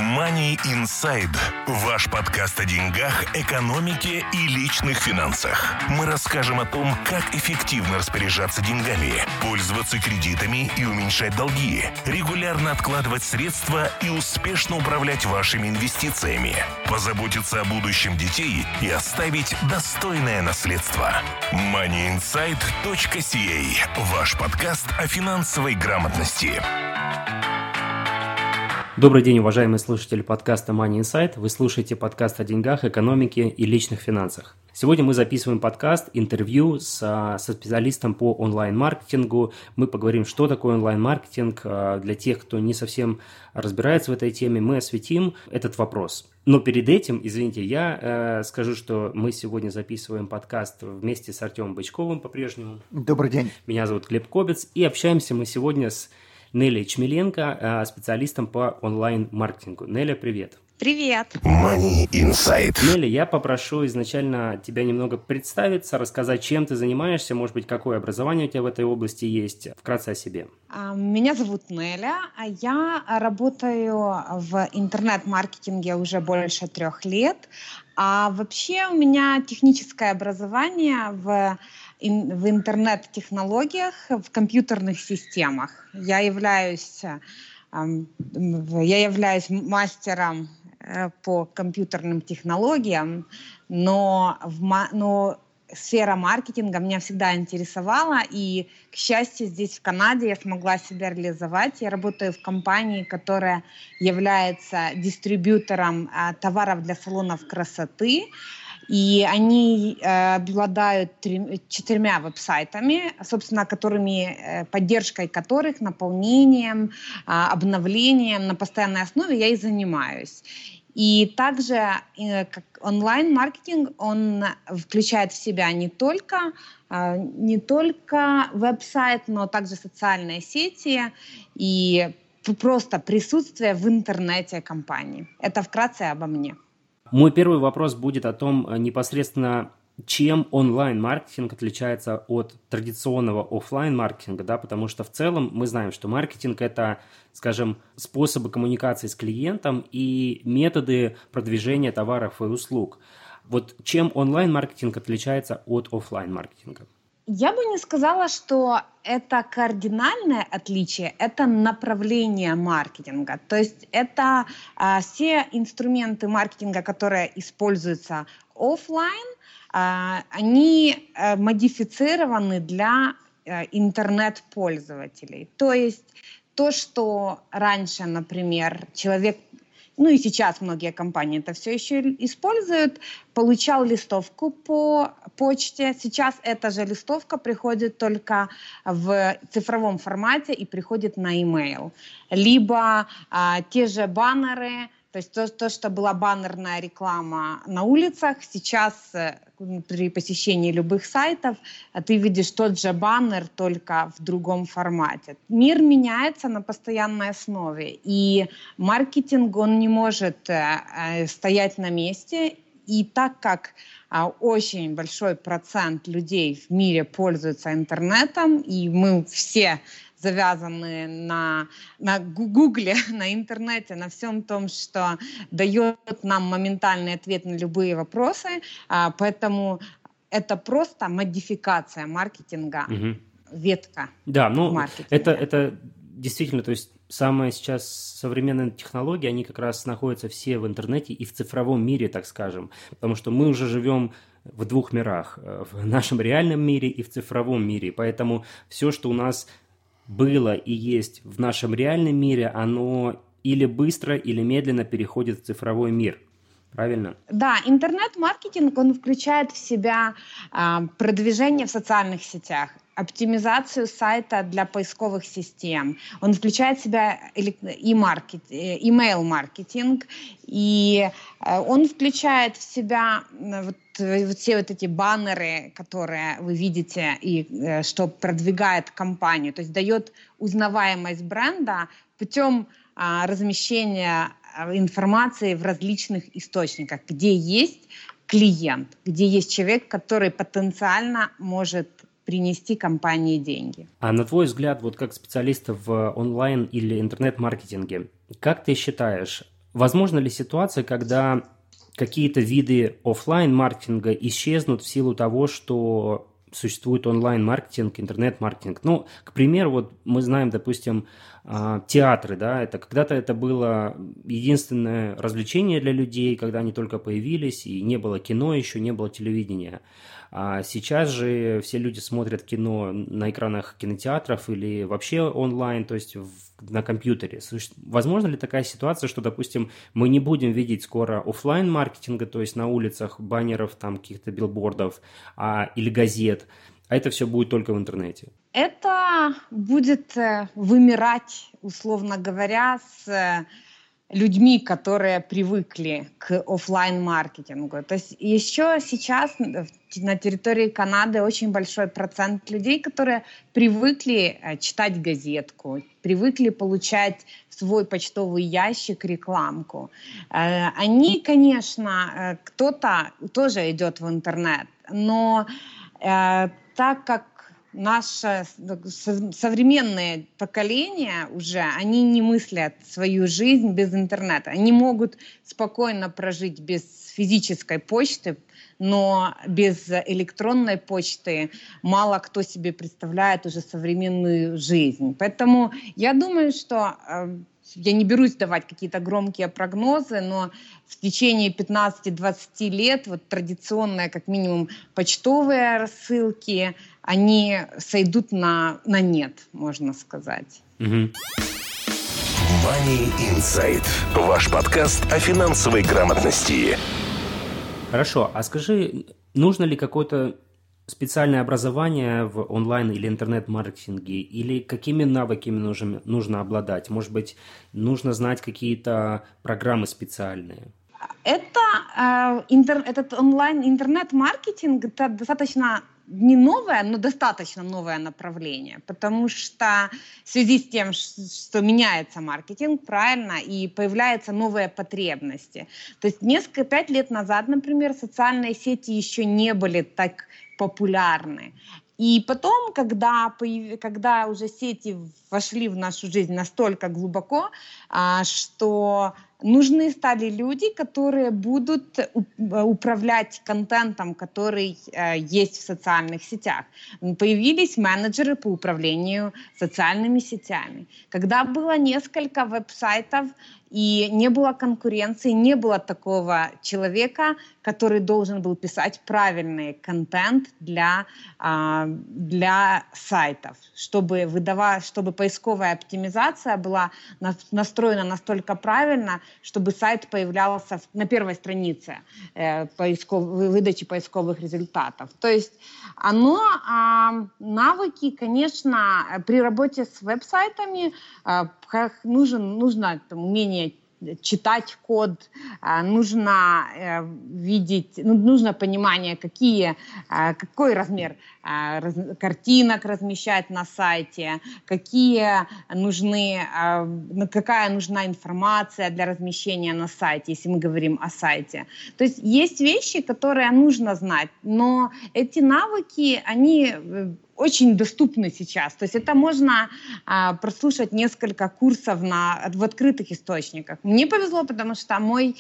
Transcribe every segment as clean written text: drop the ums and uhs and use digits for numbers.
Money Inside. Ваш подкаст о деньгах, экономике и личных финансах. Мы расскажем о том, как эффективно распоряжаться деньгами, пользоваться кредитами и уменьшать долги, регулярно откладывать средства и успешно управлять вашими инвестициями, позаботиться о будущем детей и оставить достойное наследство. MoneyInside.ca. Ваш подкаст о финансовой грамотности. Добрый день, уважаемые слушатели подкаста Money Insight. Вы слушаете подкаст о деньгах, экономике и личных финансах. Сегодня мы записываем подкаст, интервью со специалистом по онлайн-маркетингу. Мы поговорим, что такое онлайн-маркетинг. Для тех, кто не совсем разбирается в этой теме, мы осветим этот вопрос. Но перед этим, извините, я скажу, что мы сегодня записываем подкаст вместе с Артемом Бычковым по-прежнему. Добрый день. Меня зовут Глеб Кобец, и общаемся мы сегодня с Нелей Чмеленко, специалистом по онлайн-маркетингу. Неля, привет. Привет. Money Insight. Неля, я попрошу изначально тебя немного представиться, рассказать, чем ты занимаешься, может быть, какое образование у тебя в этой области есть. Вкратце о себе. Меня зовут Неля, я работаю в интернет-маркетинге уже больше 3 лет, а вообще у меня техническое образование в интернет-технологиях, в компьютерных системах. Я являюсь мастером по компьютерным технологиям, но сфера маркетинга меня всегда интересовала, и, к счастью, здесь в Канаде я смогла себя реализовать. Я работаю в компании, которая является дистрибьютором товаров для салонов красоты, и они обладают 4 веб-сайтами, собственно, поддержкой которых, наполнением, обновлением на постоянной основе я и занимаюсь. И также онлайн-маркетинг, он включает в себя не только веб-сайт, но также социальные сети и просто присутствие в интернете компании. Это вкратце обо мне. Мой первый вопрос будет о том, непосредственно, чем онлайн-маркетинг отличается от традиционного офлайн-маркетинга, да, потому что в целом мы знаем, что маркетинг – это, скажем, способы коммуникации с клиентом и методы продвижения товаров и услуг. Вот чем онлайн-маркетинг отличается от офлайн-маркетинга? Я бы не сказала, что это кардинальное отличие, это направление маркетинга. То есть это все инструменты маркетинга, которые используются офлайн, они модифицированы для интернет-пользователей. То есть то, что раньше, например, человек, и сейчас многие компании это все еще используют, получал листовку по почте. Сейчас эта же листовка приходит только в цифровом формате и приходит на e-mail. Либо те же баннеры, то есть то, что была баннерная реклама на улицах, сейчас при посещении любых сайтов ты видишь тот же баннер, только в другом формате. Мир меняется на постоянной основе, и маркетинг, он не может стоять на месте. И так как очень большой процент людей в мире пользуются интернетом, и мы все завязаны на Гугле, на интернете, на всем том, что дает нам моментальный ответ на любые вопросы. Поэтому это просто модификация маркетинга, ветка маркетинга. Это действительно, то есть самые сейчас современные технологии, они как раз находятся все в интернете и в цифровом мире, так скажем, потому что мы уже живем в 2 мирах, в нашем реальном мире и в цифровом мире, поэтому все, что у нас было и есть в нашем реальном мире, оно или быстро, или медленно переходит в цифровой мир. Правильно? Да, интернет-маркетинг, он включает в себя продвижение в социальных сетях, оптимизацию сайта для поисковых систем. Он включает в себя email-маркетинг, и он включает в себя все эти баннеры, которые вы видите, и что продвигает компанию, то есть дает узнаваемость бренда путем размещения информации в различных источниках, где есть клиент, где есть человек, который потенциально может принести компании деньги. А на твой взгляд, вот как специалиста в онлайн или интернет-маркетинге, как ты считаешь, Возможно ли ситуация, когда какие-то виды офлайн-маркетинга исчезнут в силу того, что существует онлайн-маркетинг, интернет-маркетинг? Ну, к примеру, вот мы знаем, допустим, театры, да, когда-то это было единственное развлечение для людей, когда они только появились, и не было кино еще, не было телевидения. А сейчас же все люди смотрят кино на экранах кинотеатров или вообще онлайн, то есть на компьютере. Возможно ли такая ситуация, что, допустим, мы не будем видеть скоро офлайн-маркетинга, то есть на улицах баннеров, там каких-то билбордов или газет, а это все будет только в интернете? Это будет вымирать, условно говоря, с людьми, которые привыкли к офлайн-маркетингу. То есть еще сейчас на территории Канады очень большой процент людей, которые привыкли читать газетку, привыкли получать в свой почтовый ящик рекламку. Они, конечно, кто-то тоже идет в интернет, но так как наше современное поколение уже, они не мыслят свою жизнь без интернета. Они могут спокойно прожить без физической почты, но без электронной почты мало кто себе представляет уже современную жизнь. Поэтому я думаю, что я не берусь давать какие-то громкие прогнозы, но в течение 15-20 лет вот традиционные, как минимум, почтовые рассылки, они сойдут на нет, можно сказать. Money Insight. Ваш подкаст о финансовой грамотности. Хорошо, а скажи, нужно ли какое-то специальное образование в онлайн или интернет-маркетинге, или какими навыками нужно обладать? Может быть, нужно знать какие-то программы специальные? Этот онлайн-интернет-маркетинг – это достаточно не новое, но достаточно новое направление, потому что в связи с тем, что меняется маркетинг, правильно, и появляются новые потребности. То есть 5 лет назад, например, социальные сети еще не были так популярны. И потом, когда уже сети вошли в нашу жизнь настолько глубоко, что нужны стали люди, которые будут управлять контентом, который есть в социальных сетях. Появились менеджеры по управлению социальными сетями. Когда было несколько веб-сайтов и не было конкуренции, не было такого человека, который должен был писать правильный контент для сайтов, чтобы поисковая оптимизация была настроена настолько правильно, чтобы сайт появлялся на первой странице выдачи поисковых результатов. То есть навыки, конечно, при работе с веб-сайтами нужно умение читать код, нужно видеть, нужно понимание, какой размер картинок размещать на сайте, какая нужна информация для размещения на сайте, если мы говорим о сайте. То есть есть вещи, которые нужно знать, но эти навыки, они очень доступны сейчас. То есть это можно прослушать несколько курсов в открытых источниках. Мне повезло, потому что мой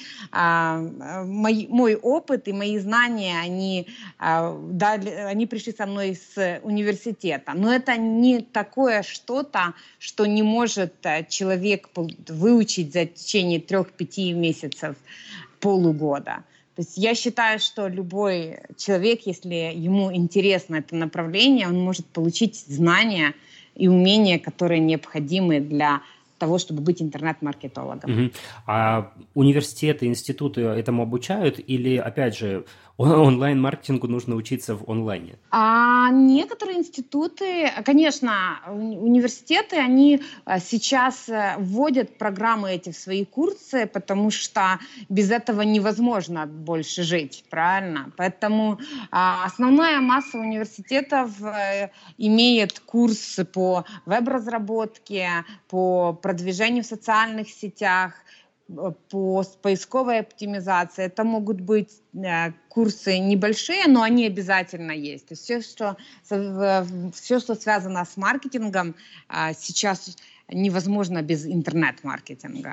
опыт и мои знания, они пришли со мной с университета. Но это не такое что-то, что не может человек выучить за течение 3-5 месяцев, полугода. То есть я считаю, что любой человек, если ему интересно это направление, он может получить знания и умения, которые необходимы для того, чтобы быть интернет-маркетологом. Угу. А университеты, институты этому обучают или, опять же, онлайн-маркетингу нужно учиться в онлайне? Некоторые институты, конечно, университеты, они сейчас вводят программы эти в свои курсы, потому что без этого невозможно больше жить, правильно? Поэтому основная масса университетов имеет курсы по веб-разработке, по продвижению в социальных сетях, по поисковой оптимизации. Это могут быть курсы небольшие, но они обязательно есть. То есть все, что связано с маркетингом, сейчас невозможно без интернет-маркетинга.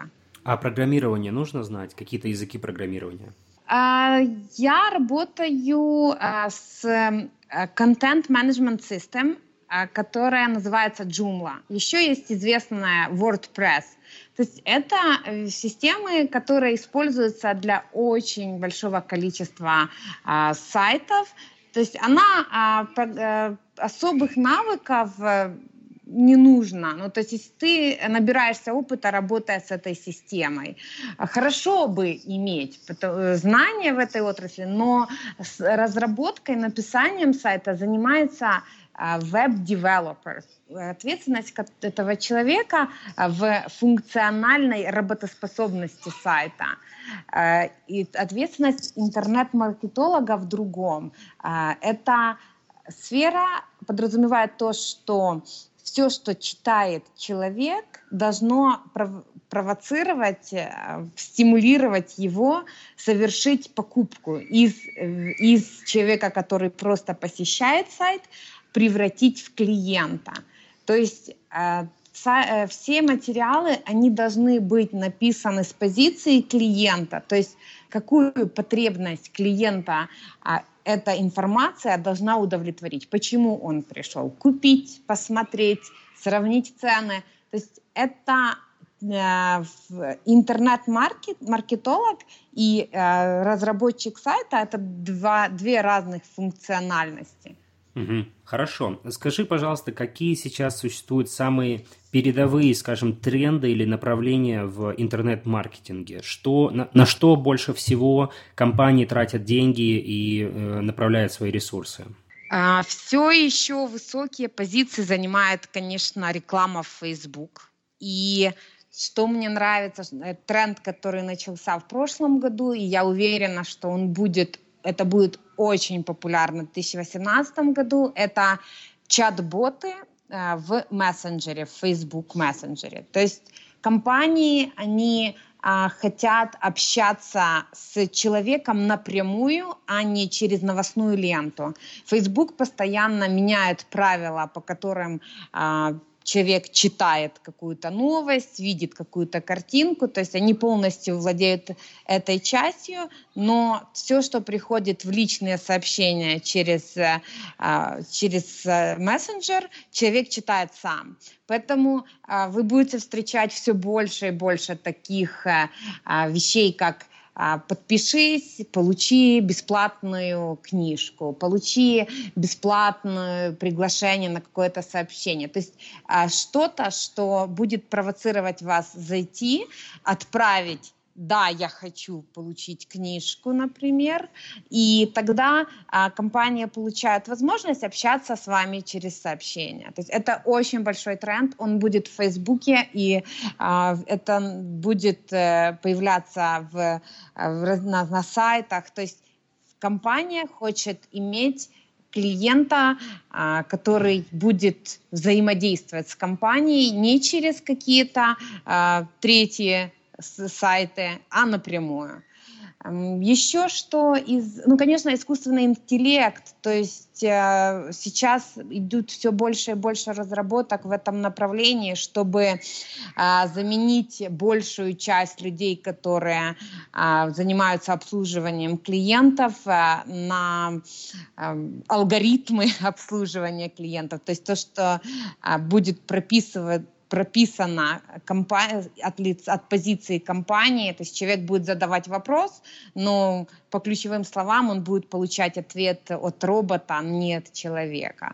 А программирование нужно знать? Какие-то языки программирования? Я работаю с Content Management System, которая называется Joomla. Еще есть известная WordPress. То есть это системы, которые используются для очень большого количества сайтов. То есть она особых навыков не нужно. Ну, то есть, если ты набираешься опыта, работая с этой системой, хорошо бы иметь знания в этой отрасли, но с разработкой, написанием сайта занимается веб-девелопер. Ответственность этого человека в функциональной работоспособности сайта. И ответственность интернет-маркетолога в другом. Эта сфера подразумевает то, что все, что читает человек, должно провоцировать, стимулировать его совершить покупку из человека, который просто посещает сайт, превратить в клиента. То есть все материалы, они должны быть написаны с позиции клиента, то есть какую потребность клиента эта информация должна удовлетворить. Почему он пришел? Купить, посмотреть, сравнить цены. То есть это интернет-маркетолог и разработчик сайта – это две разных функциональности. Угу. Хорошо. Скажи, пожалуйста, какие сейчас существуют самые передовые, скажем, тренды или направления в интернет-маркетинге? На что больше всего компании тратят деньги и направляют свои ресурсы? Все еще высокие позиции занимает, конечно, реклама в Facebook. И что мне нравится, тренд, который начался в прошлом году, и я уверена, что это будет очень популярно в 2018 году, это чат-боты в мессенджере, в Facebook мессенджере. То есть компании, они хотят общаться с человеком напрямую, а не через новостную ленту. Facebook постоянно меняет правила, по которым человек читает какую-то новость, видит какую-то картинку, то есть они полностью владеют этой частью, но все, что приходит в личные сообщения через мессенджер, человек читает сам. Поэтому вы будете встречать все больше и больше таких вещей, как подпишись, получи бесплатную книжку, получи бесплатное приглашение на какое-то сообщение. То есть что-то, что будет провоцировать вас зайти, отправить: да, я хочу получить книжку, например, и тогда компания получает возможность общаться с вами через сообщения. То есть это очень большой тренд, он будет в Фейсбуке, и это будет появляться на сайтах. То есть компания хочет иметь клиента, который будет взаимодействовать с компанией не через какие-то третьи сайты, а напрямую. Еще что конечно, искусственный интеллект, то есть сейчас идут все больше и больше разработок в этом направлении, чтобы заменить большую часть людей, которые занимаются обслуживанием клиентов, на алгоритмы обслуживания клиентов, то есть то, что будет прописано от позиции компании, то есть человек будет задавать вопрос, но по ключевым словам он будет получать ответ от робота, а не от человека,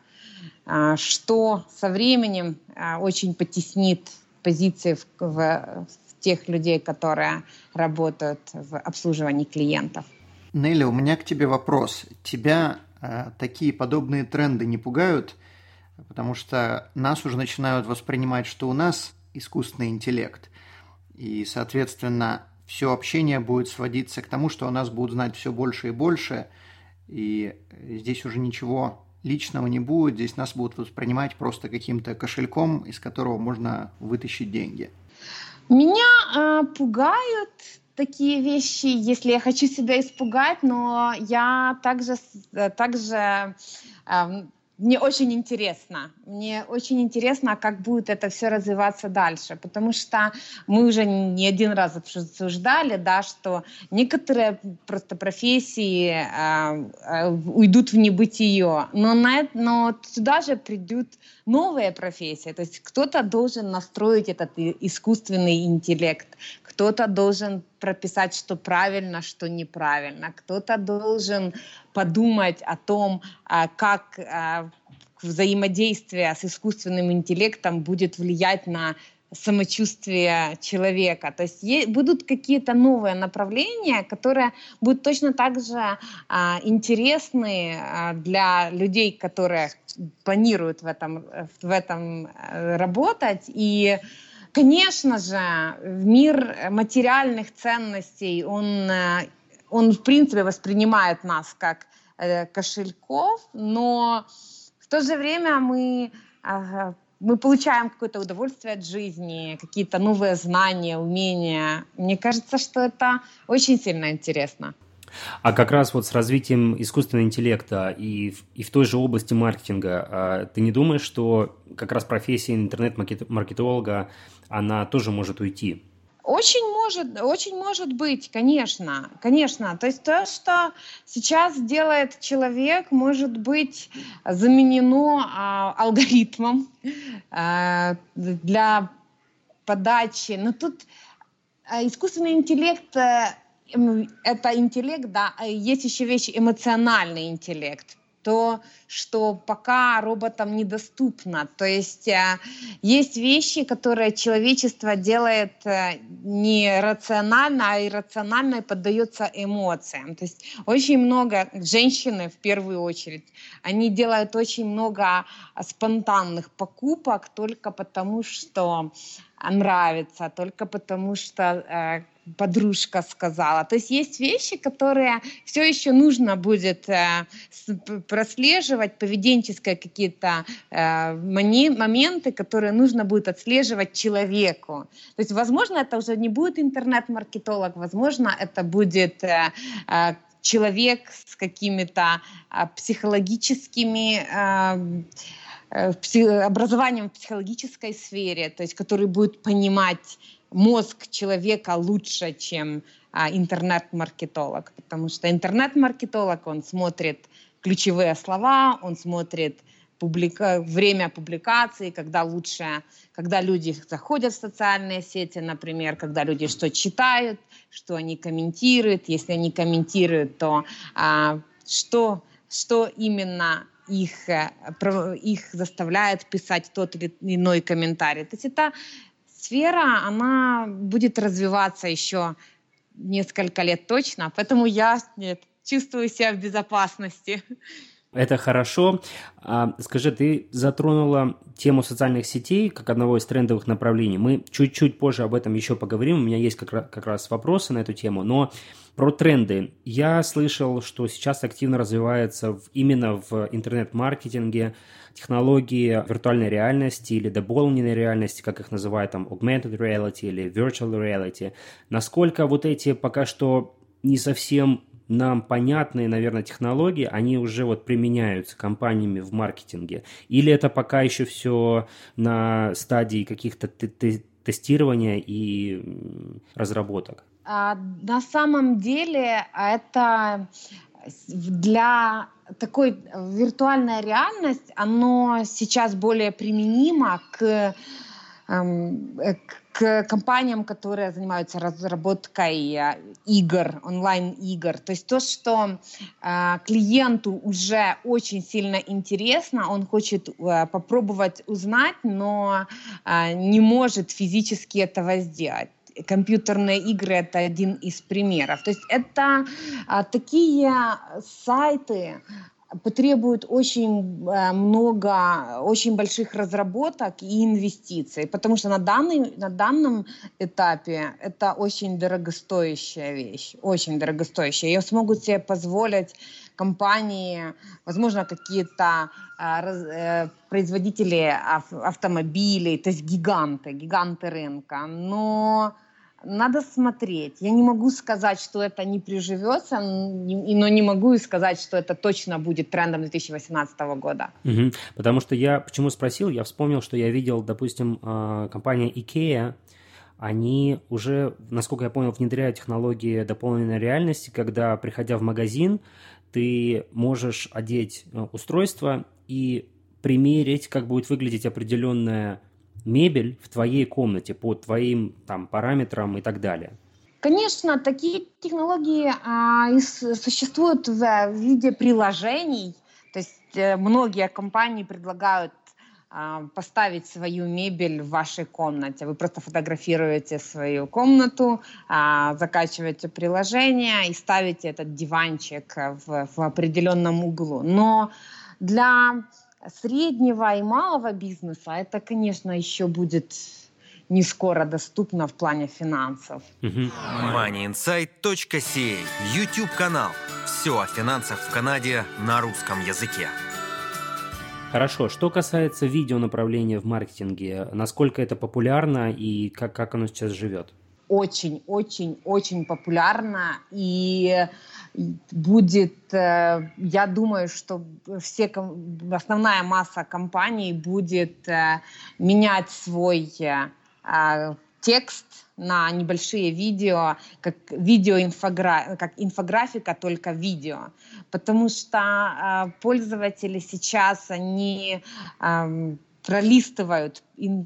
что со временем очень потеснит позиции в тех людей, которые работают в обслуживании клиентов. Нелли, у меня к тебе вопрос. Тебя такие подобные тренды не пугают? Потому что нас уже начинают воспринимать, что у нас искусственный интеллект. И, соответственно, все общение будет сводиться к тому, что о нас будут знать все больше и больше. И здесь уже ничего личного не будет. Здесь нас будут воспринимать просто каким-то кошельком, из которого можно вытащить деньги. Меня пугают такие вещи, если я хочу себя испугать, но я также Мне очень интересно, как будет это все развиваться дальше, потому что мы уже не один раз обсуждали, да, что некоторые просто профессии уйдут в небытие, но сюда же придут новые профессии, то есть кто-то должен настроить этот искусственный интеллект, кто-то должен прописать, что правильно, что неправильно, кто-то должен подумать о том, как взаимодействие с искусственным интеллектом будет влиять на самочувствие человека. То есть будут какие-то новые направления, которые будут точно так же интересны для людей, которые планируют в этом работать. И, конечно же, мир материальных ценностей, он в принципе воспринимает нас как кошельков, но в то же время мы получаем какое-то удовольствие от жизни, какие-то новые знания, умения. Мне кажется, что это очень сильно интересно. А как раз вот с развитием искусственного интеллекта и в той же области маркетинга, ты не думаешь, что как раз профессия интернет-маркетолога, она тоже может уйти? Очень может быть, конечно. То есть то, что сейчас делает человек, может быть заменено алгоритмом для подачи. Но тут искусственный интеллект это интеллект, да, есть еще вещь эмоциональный интеллект. То, что пока роботам недоступно. То есть есть вещи, которые человечество делает не рационально, а иррационально и поддается эмоциям. То есть очень много, женщины в первую очередь, они делают очень много спонтанных покупок только потому, что нравится, только потому, что подружка сказала. То есть есть вещи, которые все еще нужно будет прослеживать, поведенческие какие-то моменты, которые нужно будет отслеживать человеку. То есть, возможно, это уже не будет интернет-маркетолог, возможно, это будет человек с какими-то психологическими образованием в психологической сфере, то есть который будет понимать мозг человека лучше, чем интернет-маркетолог, потому что интернет-маркетолог, он смотрит ключевые слова, он смотрит время публикации, когда люди заходят в социальные сети, например, когда люди что читают, что они комментируют, если они комментируют, то что именно их заставляет писать тот или иной комментарий. То есть эта сфера, она будет развиваться еще несколько лет точно, поэтому я чувствую себя в безопасности. Это хорошо. Скажи, ты затронула тему социальных сетей как одного из трендовых направлений. Мы чуть-чуть позже об этом еще поговорим. У меня есть как раз вопросы на эту тему. Но про тренды. Я слышал, что сейчас активно развивается именно в интернет-маркетинге технологии виртуальной реальности или дополненной реальности, как их называют, там, augmented reality или virtual reality. Насколько вот эти пока что не совсем нам понятные, наверное, технологии, они уже вот применяются компаниями в маркетинге? Или это пока еще все на стадии каких-то тестирования и разработок? На самом деле это для такой виртуальной реальности, оно сейчас более применимо к компаниям, которые занимаются разработкой игр, онлайн-игр. То есть то, что клиенту уже очень сильно интересно, он хочет попробовать узнать, но не может физически этого сделать. Компьютерные игры — это один из примеров. То есть это такие сайты потребуют очень много, очень больших разработок и инвестиций, потому что на данном этапе это очень дорогостоящая вещь, очень дорогостоящая. Ее смогут себе позволить компании, возможно, какие-то производители автомобилей, то есть гиганты рынка, но надо смотреть. Я не могу сказать, что это не приживется, но не могу и сказать, что это точно будет трендом 2018 года. Угу. Потому что я почему спросил, я вспомнил, что я видел, допустим, компания IKEA, они уже, насколько я понял, внедряют технологии дополненной реальности, когда, приходя в магазин, ты можешь одеть устройство и примерить, как будет выглядеть определенная мебель в твоей комнате по твоим там параметрам и так далее. Конечно, такие технологии существуют в виде приложений. То есть многие компании предлагают поставить свою мебель в вашей комнате. Вы просто фотографируете свою комнату, закачиваете приложение и ставите этот диванчик в определенном углу. Но для среднего и малого бизнеса это, конечно, еще будет не скоро доступно в плане финансов. MoneyInsight.ca YouTube-канал. Все о финансах в Канаде на русском языке. Хорошо. Что касается видеонаправления в маркетинге, насколько это популярно и как оно сейчас живет? Очень популярно, и будет, я думаю, что основная масса компаний будет менять свой текст на небольшие видео, как инфографика, только видео. Потому что пользователи сейчас, они пролистывают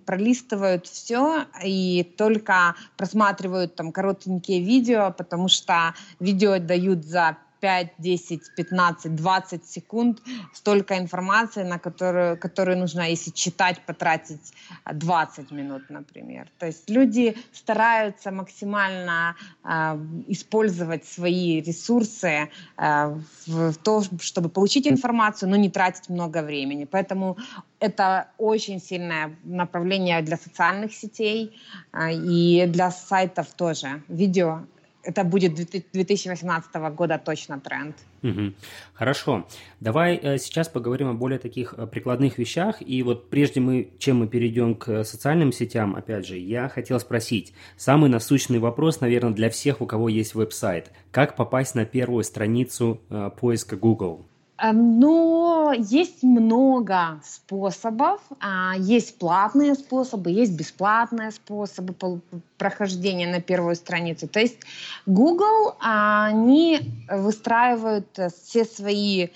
все и только просматривают там коротенькие видео, потому что видео дают за 5, 10, 15, 20 секунд столько информации, на которую нужно, если читать, потратить 20 минут, например. То есть люди стараются максимально использовать свои ресурсы в то, чтобы получить информацию, но не тратить много времени. Поэтому это очень сильное направление для социальных сетей и для сайтов тоже. Видео. Это будет 2018 года точно тренд. Угу. Хорошо. Давай сейчас поговорим о более таких прикладных вещах. И вот прежде чем мы перейдем к социальным сетям, опять же, я хотел спросить. Самый насущный вопрос, наверное, для всех, у кого есть веб-сайт. Как попасть на первую страницу поиска Google? Но есть много способов. Есть платные способы, есть бесплатные способы прохождения на первую страницу. То есть Google, они выстраивают все свои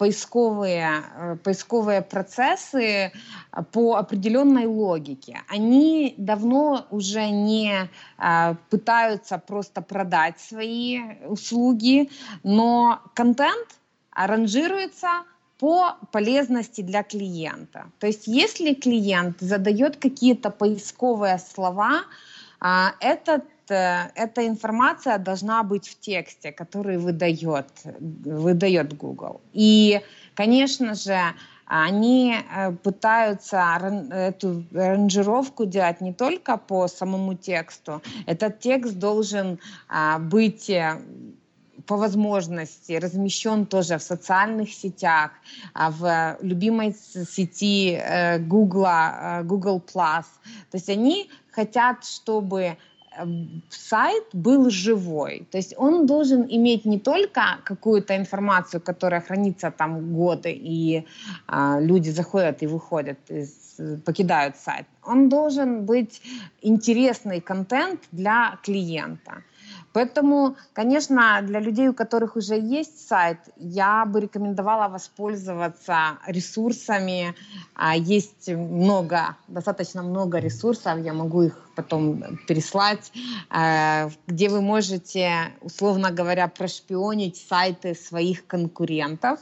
поисковые процессы по определенной логике. Они давно уже не пытаются просто продать свои услуги, но контент ранжируется по полезности для клиента. То есть если клиент задает какие-то поисковые слова, эта информация должна быть в тексте, который выдает Google. И, конечно же, они пытаются эту ранжировку делать не только по самому тексту. Этот текст должен быть по возможности размещен тоже в социальных сетях, в любимой сети Google+. То есть они хотят, чтобы сайт был живой. То есть он должен иметь не только какую-то информацию, которая хранится там годы, и люди заходят и выходят, покидают сайт. Он должен быть интересный контент для клиента. Поэтому, конечно, для людей, у которых уже есть сайт, я бы рекомендовала воспользоваться ресурсами. Есть достаточно много ресурсов, я могу их потом переслать, где вы можете, условно говоря, прошпионить сайты своих конкурентов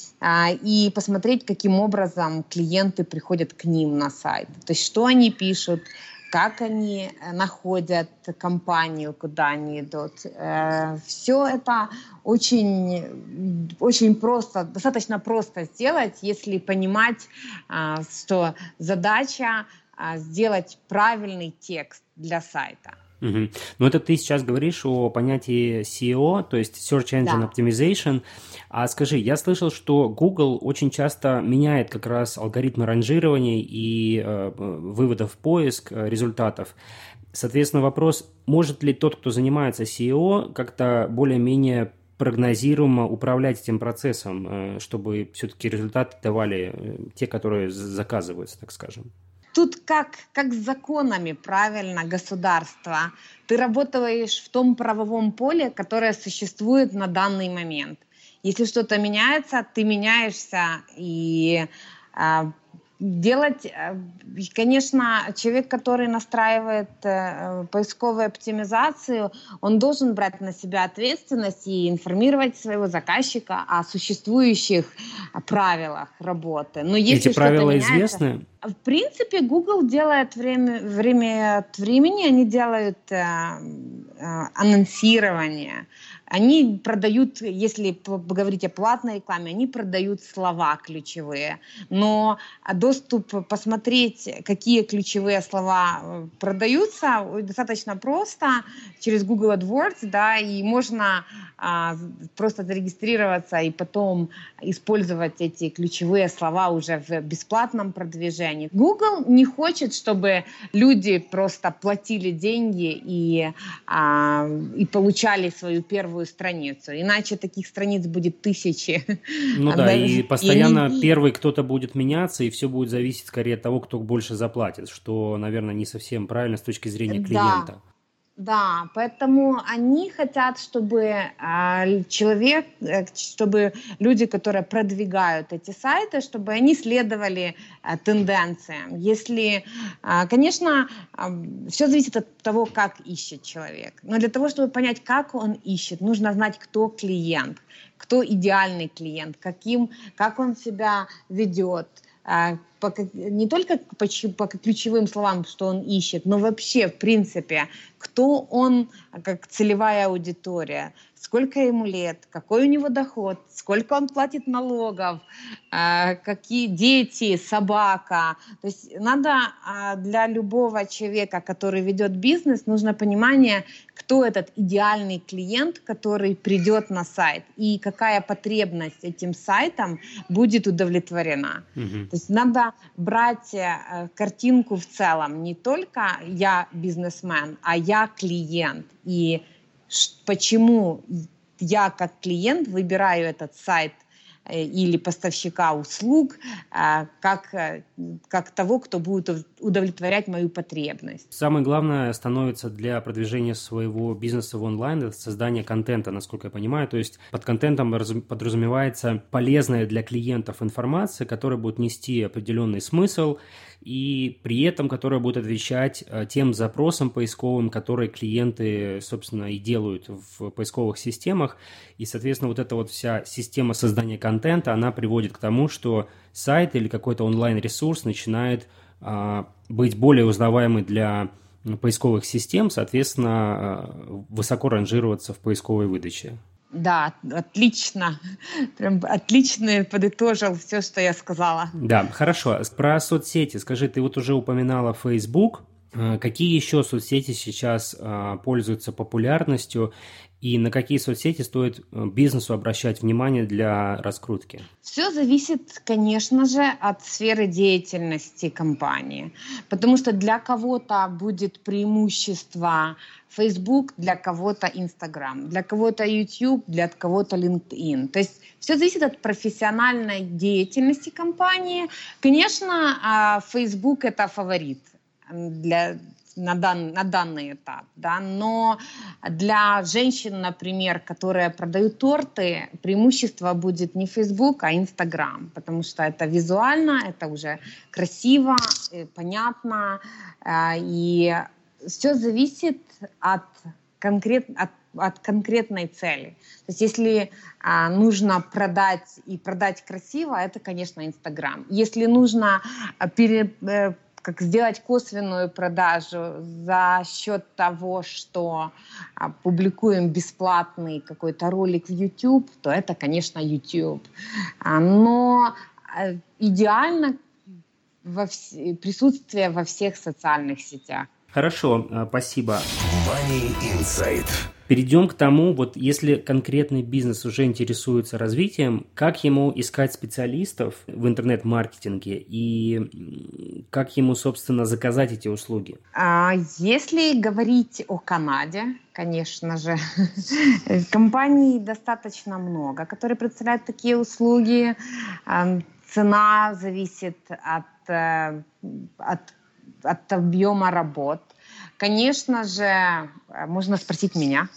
и посмотреть, каким образом клиенты приходят к ним на сайт. То есть, что они пишут, как они находят компанию, куда они идут. Все это очень просто, достаточно просто сделать, если понимать, что задача сделать правильный текст для сайта. Угу. Ну, это ты сейчас говоришь о понятии SEO, то есть Search Engine Optimization. А скажи, я слышал, что Google очень часто меняет как раз алгоритмы ранжирования и выводов в поиск результатов. Соответственно, вопрос, может ли тот, кто занимается SEO, как-то более-менее прогнозируемо управлять этим процессом, чтобы все-таки результаты давали те, которые заказываются, так скажем? Тут как с законами, правильно, государства. Ты работаешь в том правовом поле, которое существует на данный момент. Если что-то меняется, ты меняешься, и делать, конечно, человек, который настраивает поисковую оптимизацию, он должен брать на себя ответственность и информировать своего заказчика о существующих правилах работы. Но если эти правила меняется, известны? В принципе, Google делает время от времени, они делают анонсирование. Они продают, если говорить о платной рекламе, они продают слова ключевые. Но доступ посмотреть, какие ключевые слова продаются, достаточно просто через Google AdWords, да, и можно просто зарегистрироваться и потом использовать эти ключевые слова уже в бесплатном продвижении. Google не хочет, чтобы люди просто платили деньги и получали свою первую страницу. Иначе таких страниц будет тысячи. Ну да, и постоянно первый кто-то будет меняться, и все будет зависеть скорее от того, кто больше заплатит, что, наверное, не совсем правильно с точки зрения клиента. Да, поэтому они хотят, чтобы чтобы люди, которые продвигают эти сайты, чтобы они следовали тенденциям. Если, конечно, все зависит от того, как ищет человек. Но для того, чтобы понять, как он ищет, нужно знать, кто клиент, кто идеальный клиент, как он себя ведет. Не только по ключевым словам, что он ищет, но вообще, в принципе, кто он как целевая аудитория, сколько ему лет, какой у него доход, сколько он платит налогов, какие дети, собака. То есть надо для любого человека, который ведет бизнес, нужно понимание, кто этот идеальный клиент, который придет на сайт, и какая потребность этим сайтом будет удовлетворена. То есть надо брать картинку в целом. Не только я бизнесмен, а я клиент. И почему я как клиент выбираю этот сайт или поставщика услуг как того, кто будет удовлетворять мою потребность. Самое главное становится для продвижения своего бизнеса в онлайн – это создание контента, насколько я понимаю. То есть под контентом подразумевается полезная для клиентов информация, которая будет нести определенный смысл и при этом которая будет отвечать тем запросам поисковым, которые клиенты, собственно, и делают в поисковых системах. И, соответственно, вот эта вот вся система создания контента, она приводит к тому, что сайт или какой-то онлайн-ресурс начинает быть более узнаваемый для поисковых систем, соответственно, высоко ранжироваться в поисковой выдаче. Да, отлично. Прям отлично подытожил все, что я сказала. Да, хорошо. Про соцсети. Скажи, ты вот уже упоминала Facebook. Какие еще соцсети сейчас пользуются популярностью и на какие соцсети стоит бизнесу обращать внимание для раскрутки? Все зависит, конечно же, от сферы деятельности компании, потому что для кого-то будет преимущество Facebook, для кого-то Instagram, для кого-то YouTube, для кого-то LinkedIn. То есть все зависит от профессиональной деятельности компании. Конечно, Facebook – это фаворит на данный этап, да, но для женщин, например, которые продают торты, преимущество будет не Facebook, а Instagram, потому что это визуально, это уже красиво, понятно, и все зависит от конкретной цели. То есть если нужно продать и продать красиво, это, конечно, Instagram. Если нужно как сделать косвенную продажу за счет того, что публикуем бесплатный какой-то ролик в YouTube, то это, конечно, YouTube. Но идеально присутствие во всех социальных сетях. Хорошо, спасибо. Money Insight. Перейдем к тому, вот если конкретный бизнес уже интересуется развитием, как ему искать специалистов в интернет-маркетинге и как ему, собственно, заказать эти услуги? Если говорить о Канаде, конечно же, компаний достаточно много, которые представляют такие услуги. Цена зависит от объема работ. Конечно же, можно спросить меня,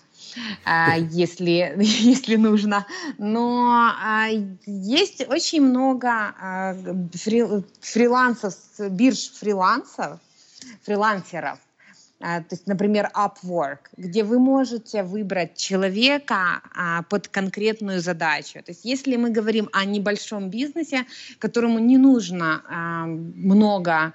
если нужно. Но есть очень много фрилансов, бирж фрилансеров, то есть, например, Upwork, где вы можете выбрать человека под конкретную задачу. То есть, если мы говорим о небольшом бизнесе, которому не нужно много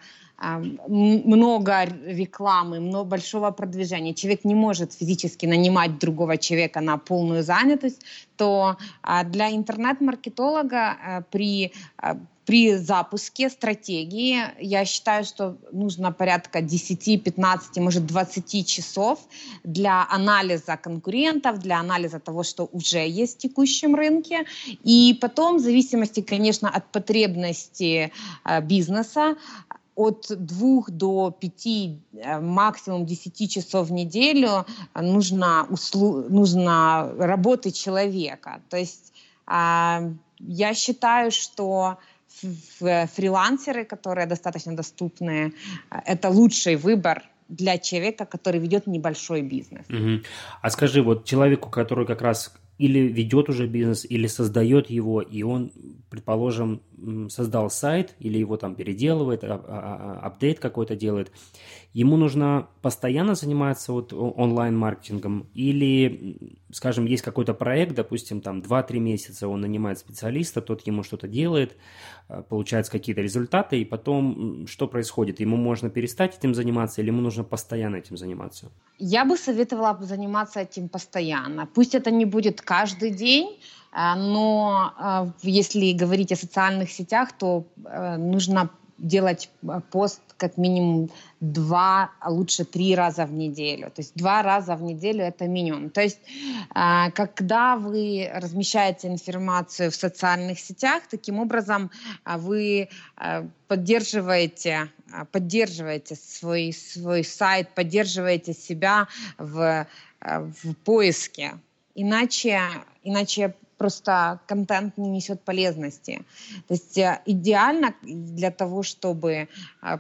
рекламы, большого продвижения, человек не может физически нанимать другого человека на полную занятость, то для интернет-маркетолога при запуске стратегии, я считаю, что нужно порядка 10, 15, может 20 часов для анализа конкурентов, для анализа того, что уже есть в текущем рынке. И потом, в зависимости, конечно, от потребностей бизнеса, от 2 до 5, максимум 10 часов в неделю нужно работы человека. То есть я считаю, что фрилансеры, которые достаточно доступны, это лучший выбор для человека, который ведет небольшой бизнес. Угу. А скажи, вот человеку, который как раз или ведет уже бизнес, или создает его, и он, предположим, создал сайт, или его там переделывает, апдейт какой-то делает, ему нужно постоянно заниматься вот онлайн-маркетингом, или, скажем, есть какой-то проект, допустим, там 2-3 месяца он нанимает специалиста, тот ему что-то делает, получаются какие-то результаты, и потом что происходит? Ему можно перестать этим заниматься, или ему нужно постоянно этим заниматься? Я бы советовала заниматься этим постоянно. Пусть это не будет каждый день, но если говорить о социальных сетях, то нужно делать пост как минимум 2, а лучше 3 раза в неделю. То есть 2 раза в неделю это минимум. То есть когда вы размещаете информацию в социальных сетях, таким образом вы поддерживаете свой сайт, поддерживаете себя в поиске. Иначе просто контент не несет полезности. То есть идеально для того, чтобы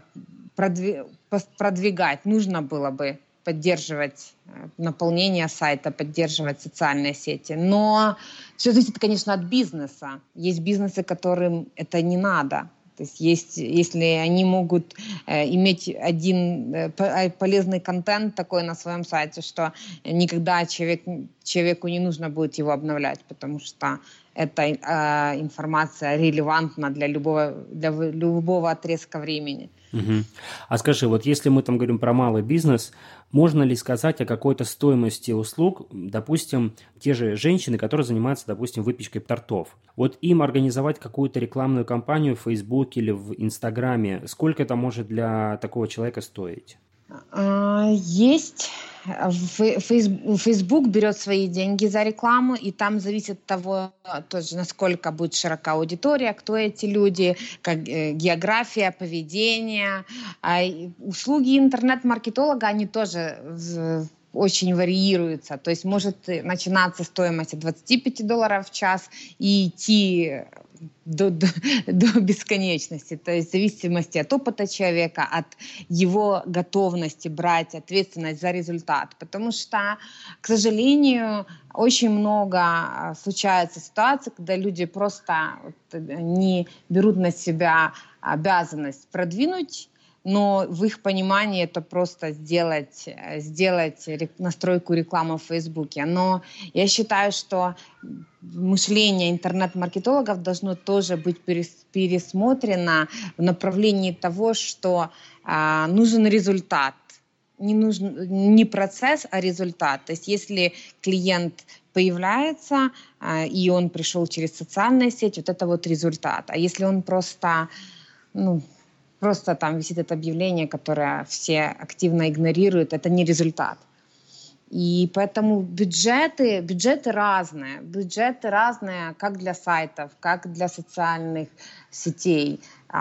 продвигать, нужно было бы поддерживать наполнение сайта, поддерживать социальные сети. Но все зависит, конечно, от бизнеса. Есть бизнесы, которым это не надо. То есть если они могут иметь один полезный контент такой на своем сайте, что никогда человеку не нужно будет его обновлять, потому что эта информация релевантна для любого отрезка времени. Угу. А скажи, вот если мы там говорим про малый бизнес, можно ли сказать о какой-то стоимости услуг, допустим, те же женщины, которые занимаются, допустим, выпечкой тортов. Вот им организовать какую-то рекламную кампанию в Фейсбуке или в Инстаграме, сколько это может для такого человека стоить? Есть. Facebook берет свои деньги за рекламу, и там зависит от того, тоже, насколько будет широка аудитория, кто эти люди, как география, поведение. Услуги интернет-маркетолога, они тоже очень варьируются. То есть может начинаться стоимость от $25 в час и идти до бесконечности. То есть в зависимости от опыта человека, от его готовности брать ответственность за результат. Потому что, к сожалению, очень много случается ситуаций, когда люди просто не берут на себя обязанность продвинуть, но в их понимании это просто сделать настройку рекламы в Фейсбуке. Но я считаю, что мышление интернет-маркетологов должно тоже быть пересмотрено в направлении того, что нужен результат. Не процесс, а результат. То есть если клиент появляется, и он пришел через социальные сети, вот это вот результат. А если он просто там висит это объявление, которое все активно игнорируют, это не результат. И поэтому бюджеты разные как для сайтов, как для социальных сетей.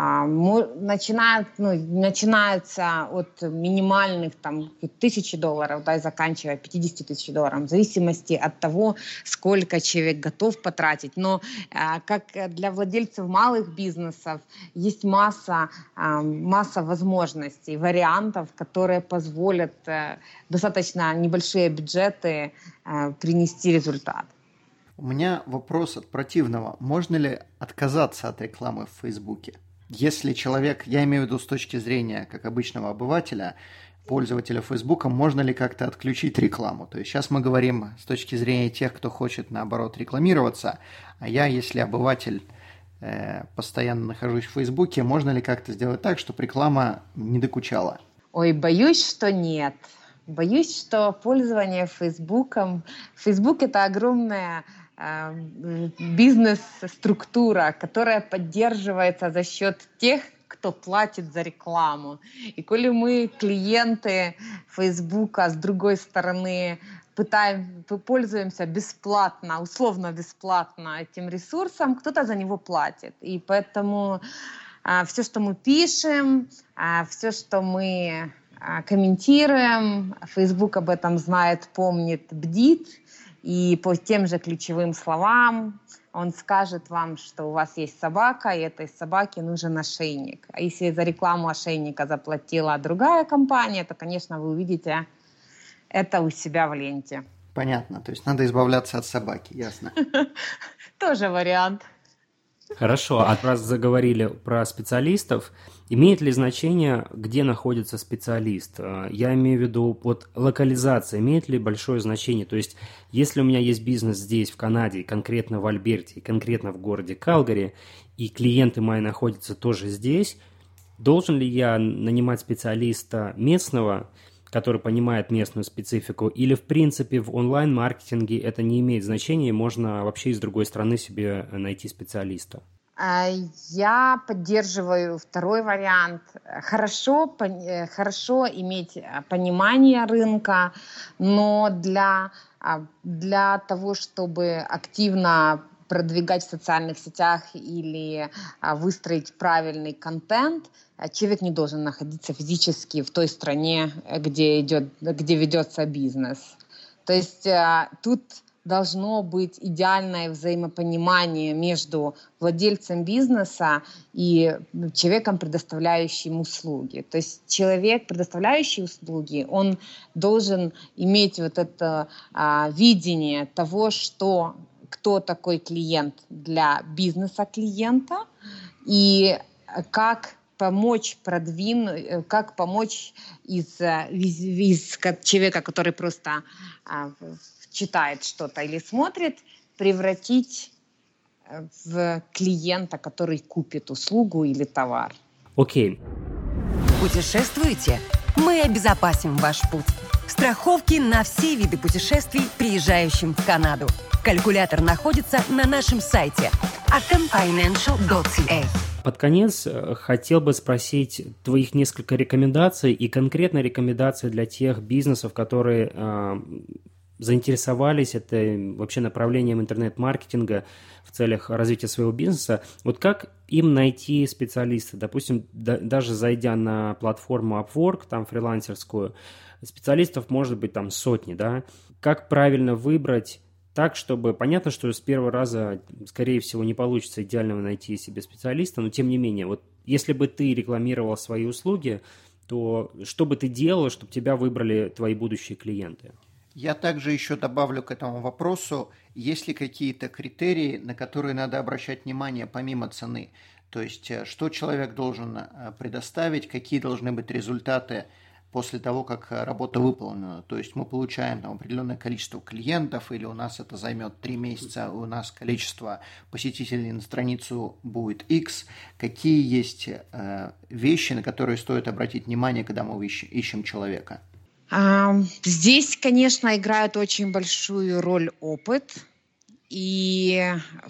Начинается от минимальных $1000, да, и заканчивая $50 000, в зависимости от того, сколько человек готов потратить. Но как для владельцев малых бизнесов есть масса возможностей, вариантов, которые позволят достаточно небольшие бюджеты принести результат. У меня вопрос от противного. Можно ли отказаться от рекламы в Фейсбуке? Если человек, я имею в виду с точки зрения как обычного обывателя, пользователя Фейсбука, можно ли как-то отключить рекламу? То есть сейчас мы говорим с точки зрения тех, кто хочет, наоборот, рекламироваться, а я, если обыватель, постоянно нахожусь в Фейсбуке, можно ли как-то сделать так, чтобы реклама не докучала? Ой, боюсь, что нет. Боюсь, что пользование Фейсбуком... Фейсбук – это огромная бизнес-структура, которая поддерживается за счет тех, кто платит за рекламу. И коли мы, клиенты Фейсбука, с другой стороны, пользуемся бесплатно, условно бесплатно этим ресурсом, кто-то за него платит. И поэтому все, что мы пишем, все, что мы комментируем, Facebook об этом знает, помнит, бдит, и по тем же ключевым словам он скажет вам, что у вас есть собака, и этой собаке нужен ошейник. А если за рекламу ошейника заплатила другая компания, то, конечно, вы увидите это у себя в ленте. Понятно, то есть надо избавляться от собаки, ясно. Тоже вариант. Хорошо, а раз заговорили про специалистов, имеет ли значение, где находится специалист? Я имею в виду, вот локализация имеет ли большое значение? То есть, если у меня есть бизнес здесь, в Канаде, конкретно в Альберте, конкретно в городе Калгари, и клиенты мои находятся тоже здесь, должен ли я нанимать специалиста местного, который понимает местную специфику, или, в принципе, в онлайн-маркетинге это не имеет значения, можно вообще из другой страны себе найти специалиста? Я поддерживаю второй вариант. Хорошо иметь понимание рынка, но для того, чтобы активно продвигать в социальных сетях или выстроить правильный контент, человек не должен находиться физически в той стране, где ведется бизнес. То есть тут должно быть идеальное взаимопонимание между владельцем бизнеса и человеком, предоставляющим услуги. То есть человек, предоставляющий услуги, он должен иметь вот это видение того, кто такой клиент для бизнеса клиента и как помочь из человека, который просто читает что-то или смотрит, превратить в клиента, который купит услугу или товар. Окей. Путешествуете? Мы обезопасим ваш путь. Страховки на все виды путешествий, приезжающим в Канаду. Калькулятор находится на нашем сайте atomfinancial.ca. Под конец хотел бы спросить твоих несколько рекомендаций и конкретно рекомендации для тех бизнесов, которые заинтересовались вообще направлением интернет-маркетинга в целях развития своего бизнеса. Вот как им найти специалиста? Допустим, даже зайдя на платформу Upwork, там фрилансерскую, специалистов может быть там сотни, да? Как правильно выбрать так, чтобы... Понятно, что с первого раза, скорее всего, не получится идеально найти себе специалиста, но тем не менее, вот если бы ты рекламировал свои услуги, то что бы ты делал, чтобы тебя выбрали твои будущие клиенты? Я также еще добавлю к этому вопросу, есть ли какие-то критерии, на которые надо обращать внимание помимо цены. То есть, что человек должен предоставить, какие должны быть результаты после того, как работа выполнена. То есть, мы получаем определенное количество клиентов, или у нас это займет 3 месяца, у нас количество посетителей на страницу будет X. Какие есть вещи, на которые стоит обратить внимание, когда мы ищем человека? Здесь, конечно, играет очень большую роль опыт. И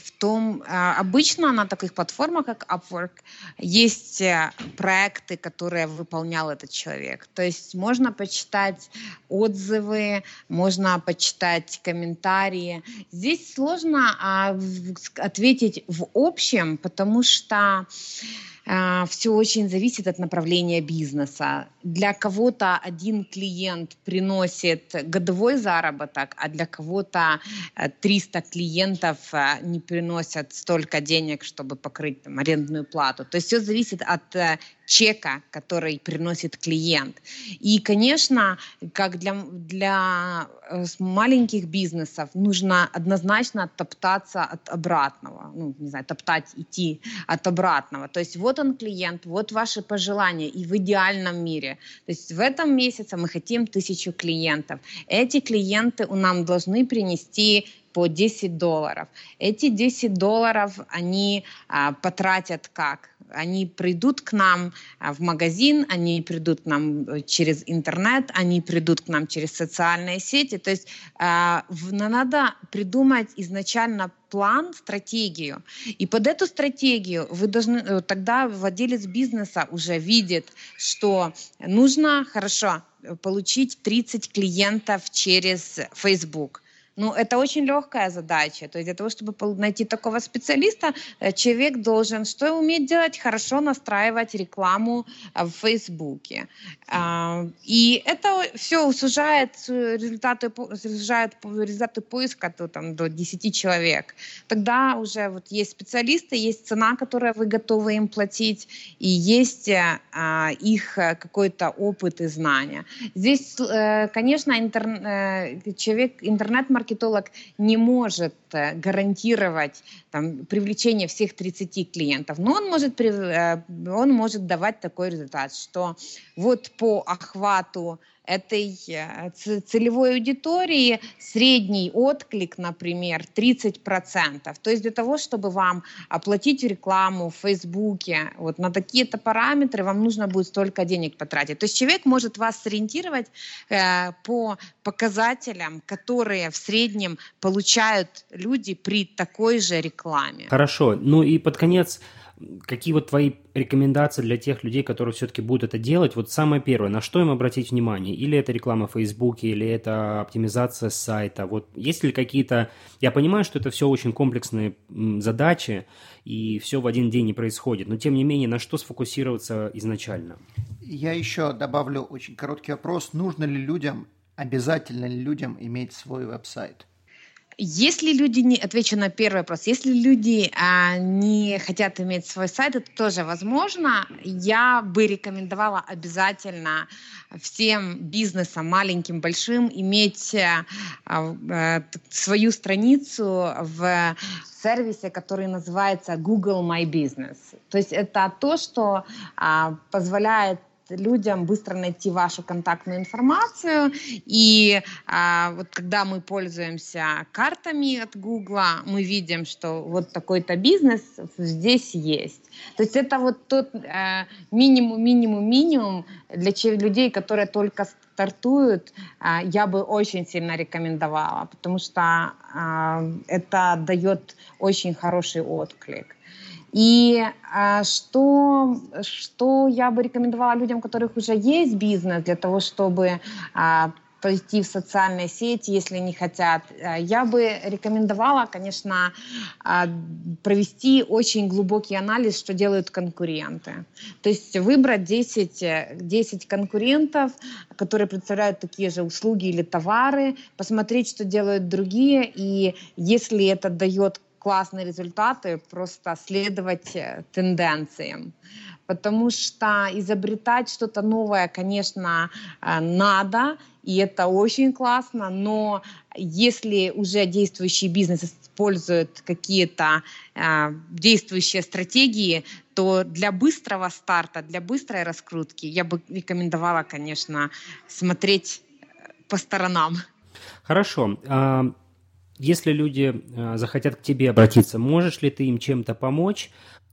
обычно на таких платформах, как Upwork, есть проекты, которые выполнял этот человек. То есть можно почитать отзывы, можно почитать комментарии. Здесь сложно ответить в общем, потому что все очень зависит от направления бизнеса. Для кого-то один клиент приносит годовой заработок, а для кого-то 300 клиентов не приносят столько денег, чтобы покрыть арендную плату. То есть все зависит от чека, который приносит клиент. И, конечно, как для маленьких бизнесов нужно однозначно оттоптаться от обратного. Идти от обратного. То есть вот он клиент, вот ваши пожелания и в идеальном мире. То есть в этом месяце мы хотим 1000 клиентов. Эти клиенты нам должны принести по $10. Эти $10 они потратят как? Они придут к нам в магазин, они придут к нам через интернет, они придут к нам через социальные сети. То есть надо придумать изначально план, стратегию. И под эту стратегию тогда владелец бизнеса уже видит, что нужно получить 30 клиентов через Facebook. Это очень легкая задача. То есть для того, чтобы найти такого специалиста, человек должен что уметь делать? Хорошо настраивать рекламу в Фейсбуке. И это все сужает результаты поиска до 10 человек. Тогда уже есть специалисты, есть цена, которую вы готовы им платить, и есть их какой-то опыт и знания. Здесь, конечно, интернет-маркетолог не может гарантировать привлечение всех 30 клиентов, но он может давать такой результат, что вот по охвату этой целевой аудитории средний отклик, например, 30%. То есть для того, чтобы вам оплатить рекламу в Фейсбуке, на такие-то параметры вам нужно будет столько денег потратить. То есть человек может вас сориентировать по показателям, которые в среднем получают люди при такой же рекламе. Хорошо. И под конец, какие твои рекомендации для тех людей, которые все-таки будут это делать? Самое первое, на что им обратить внимание? Или это реклама в Фейсбуке, или это оптимизация сайта? Есть ли какие-то... Я понимаю, что это все очень комплексные задачи, и все в один день не происходит, но тем не менее, на что сфокусироваться изначально? Я еще добавлю очень короткий вопрос. Обязательно ли людям иметь свой веб-сайт? Отвечу на первый вопрос, если люди не хотят иметь свой сайт, это тоже возможно. Я бы рекомендовала обязательно всем бизнесам, маленьким, большим, иметь свою страницу в сервисе, который называется Google My Business. То есть это то, что позволяет людям быстро найти вашу контактную информацию. И когда мы пользуемся картами от Гугла, мы видим, что вот такой-то бизнес здесь есть. То есть это тот минимум для людей, которые только стартуют, я бы очень сильно рекомендовала, потому что это дает очень хороший отклик. И что я бы рекомендовала людям, у которых уже есть бизнес, для того, чтобы пойти в социальные сети, если не хотят, я бы рекомендовала, конечно, провести очень глубокий анализ, что делают конкуренты. То есть выбрать 10 конкурентов, которые представляют такие же услуги или товары, посмотреть, что делают другие, и если это дает классные результаты, просто следовать тенденциям. Потому что изобретать что-то новое, конечно, надо, и это очень классно, но если уже действующий бизнес использует какие-то действующие стратегии, то для быстрого старта, для быстрой раскрутки я бы рекомендовала, конечно, смотреть по сторонам. Хорошо. Если люди захотят к тебе обратиться, можешь ли ты им чем-то помочь?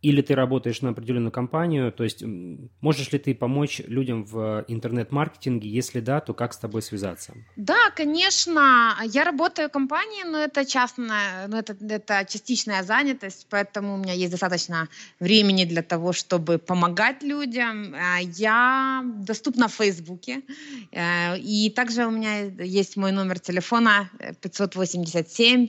или ты работаешь на определенную компанию, то есть можешь ли ты помочь людям в интернет-маркетинге, если да, то как с тобой связаться? Да, конечно, я работаю в компании, но это частная, это частичная занятость, поэтому у меня есть достаточно времени для того, чтобы помогать людям. Я доступна в Фейсбуке, и также у меня есть мой номер телефона 587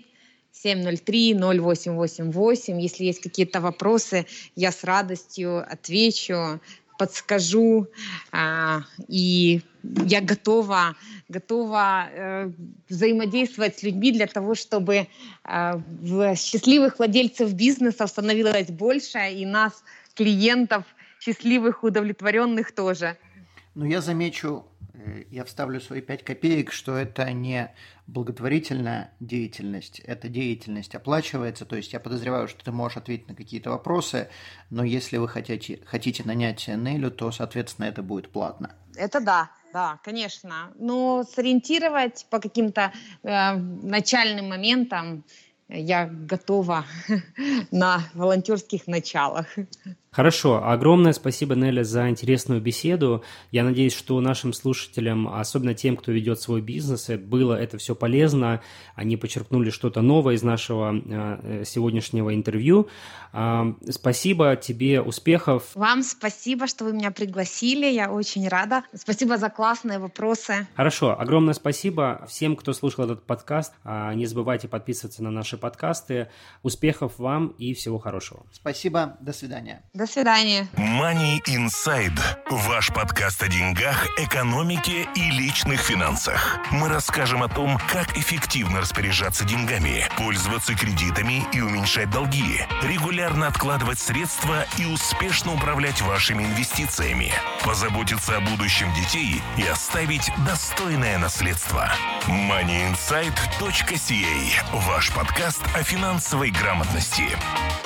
703-0888. Если есть какие-то вопросы, я с радостью отвечу, подскажу, и я готова взаимодействовать с людьми для того, чтобы счастливых владельцев бизнеса становилось больше, и нас, клиентов, счастливых, удовлетворенных тоже. Ну, я замечу, я вставлю свои 5 копеек, что это не благотворительная деятельность, эта деятельность оплачивается, то есть я подозреваю, что ты можешь ответить на какие-то вопросы, но если вы хотите нанять Нелю, то, соответственно, это будет платно. Это да, конечно, но сориентировать по каким-то начальным моментам я готова на волонтерских началах. Хорошо. Огромное спасибо, Неля, за интересную беседу. Я надеюсь, что нашим слушателям, особенно тем, кто ведет свой бизнес, было это все полезно. Они подчеркнули что-то новое из нашего сегодняшнего интервью. Спасибо тебе, успехов. Вам спасибо, что вы меня пригласили. Я очень рада. Спасибо за классные вопросы. Хорошо. Огромное спасибо всем, кто слушал этот подкаст. Не забывайте подписываться на наши подкасты. Успехов вам и всего хорошего. Спасибо. До свидания. До свидания. Money Inside. Ваш подкаст о деньгах, экономике и личных финансах. Мы расскажем о том, как эффективно распоряжаться деньгами, пользоваться кредитами и уменьшать долги, регулярно откладывать средства и успешно управлять вашими инвестициями, позаботиться о будущем детей и оставить достойное наследство. moneyinsight.ca. Ваш подкаст о финансовой грамотности.